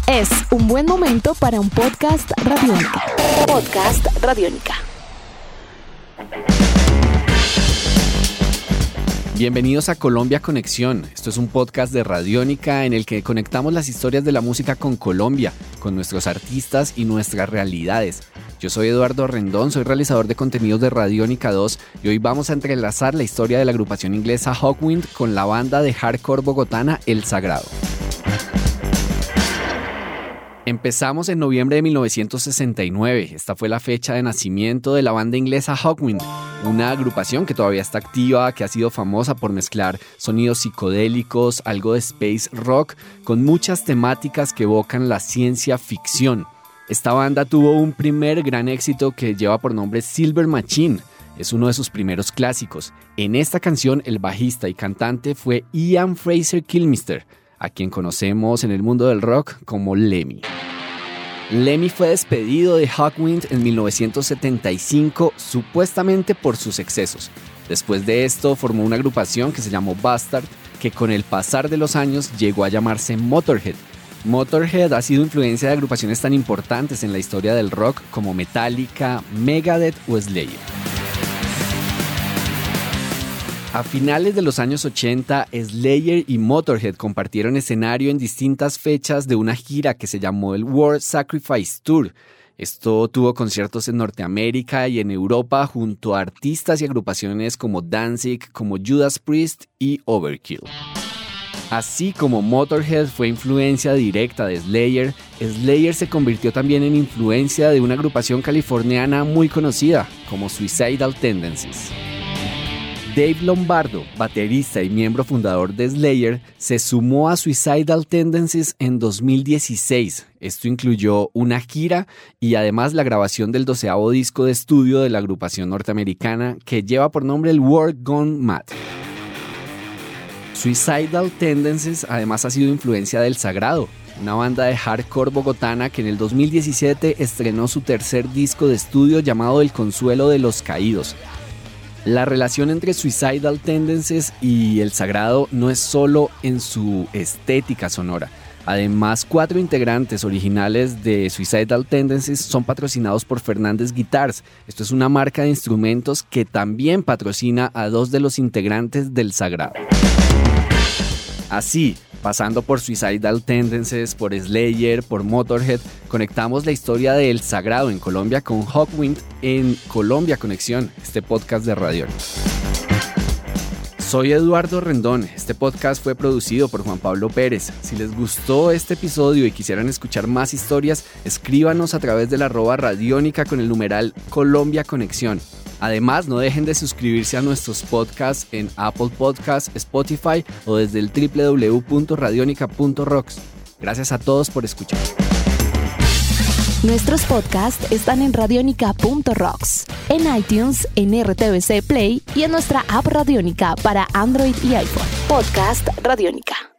Es un buen momento para un podcast Radiónica. Podcast Radiónica. Bienvenidos a Colombia Conexión. Esto es un podcast de Radiónica en el que conectamos las historias de la música con Colombia, con nuestros artistas y nuestras realidades. Yo soy Eduardo Rendón, soy realizador de contenidos de Radiónica 2 y hoy vamos a entrelazar la historia de la agrupación inglesa Hawkwind con la banda de hardcore bogotana El Sagrado. Empezamos en noviembre de 1969. Esta fue la fecha de nacimiento de la banda inglesa Hawkwind, una agrupación que todavía está activa, que ha sido famosa por mezclar sonidos psicodélicos, algo de space rock, con muchas temáticas que evocan la ciencia ficción. Esta banda tuvo un primer gran éxito que lleva por nombre Silver Machine. Es uno de sus primeros clásicos. En esta canción, el bajista y cantante fue Ian Fraser Kilmister, a quien conocemos en el mundo del rock como Lemmy. Lemmy fue despedido de Hawkwind en 1975, supuestamente por sus excesos. Después de esto, formó una agrupación que se llamó Bastard, que con el pasar de los años llegó a llamarse Motorhead. Motorhead ha sido influencia de agrupaciones tan importantes en la historia del rock como Metallica, Megadeth o Slayer. A finales de los años 80, Slayer y Motorhead compartieron escenario en distintas fechas de una gira que se llamó el World Sacrifice Tour. Esto tuvo conciertos en Norteamérica y en Europa junto a artistas y agrupaciones como Danzig, como Judas Priest y Overkill. Así como Motorhead fue influencia directa de Slayer, Slayer se convirtió también en influencia de una agrupación californiana muy conocida como Suicidal Tendencies. Dave Lombardo, baterista y miembro fundador de Slayer, se sumó a Suicidal Tendencies en 2016. Esto incluyó una gira y además la grabación del 12º disco de estudio de la agrupación norteamericana que lleva por nombre el World Gone Mad. Suicidal Tendencies además ha sido influencia del Sagrado, una banda de hardcore bogotana que en el 2017 estrenó su tercer disco de estudio llamado El Consuelo de los Caídos. La relación entre Suicidal Tendencies y El Sagrado no es solo en su estética sonora. Además, 4 integrantes originales de Suicidal Tendencies son patrocinados por Fernández Guitars. Esto es una marca de instrumentos que también patrocina a 2 de los integrantes del Sagrado. Así, pasando por Suicidal Tendencies, por Slayer, por Motorhead, conectamos la historia de El Sagrado en Colombia con Hawkwind en Colombia Conexión, este podcast de radio. Soy Eduardo Rendón, este podcast fue producido por Juan Pablo Pérez. Si les gustó este episodio y quisieran escuchar más historias, escríbanos a través del @Radiónica con el numeral Colombia Conexión. Además, no dejen de suscribirse a nuestros podcasts en Apple Podcasts, Spotify o desde el www.radionica.rocks. Gracias a todos por escuchar. Nuestros podcasts están en radionica.rocks, en iTunes, en RTVC Play y en nuestra app Radiónica para Android y iPhone. Podcast Radiónica.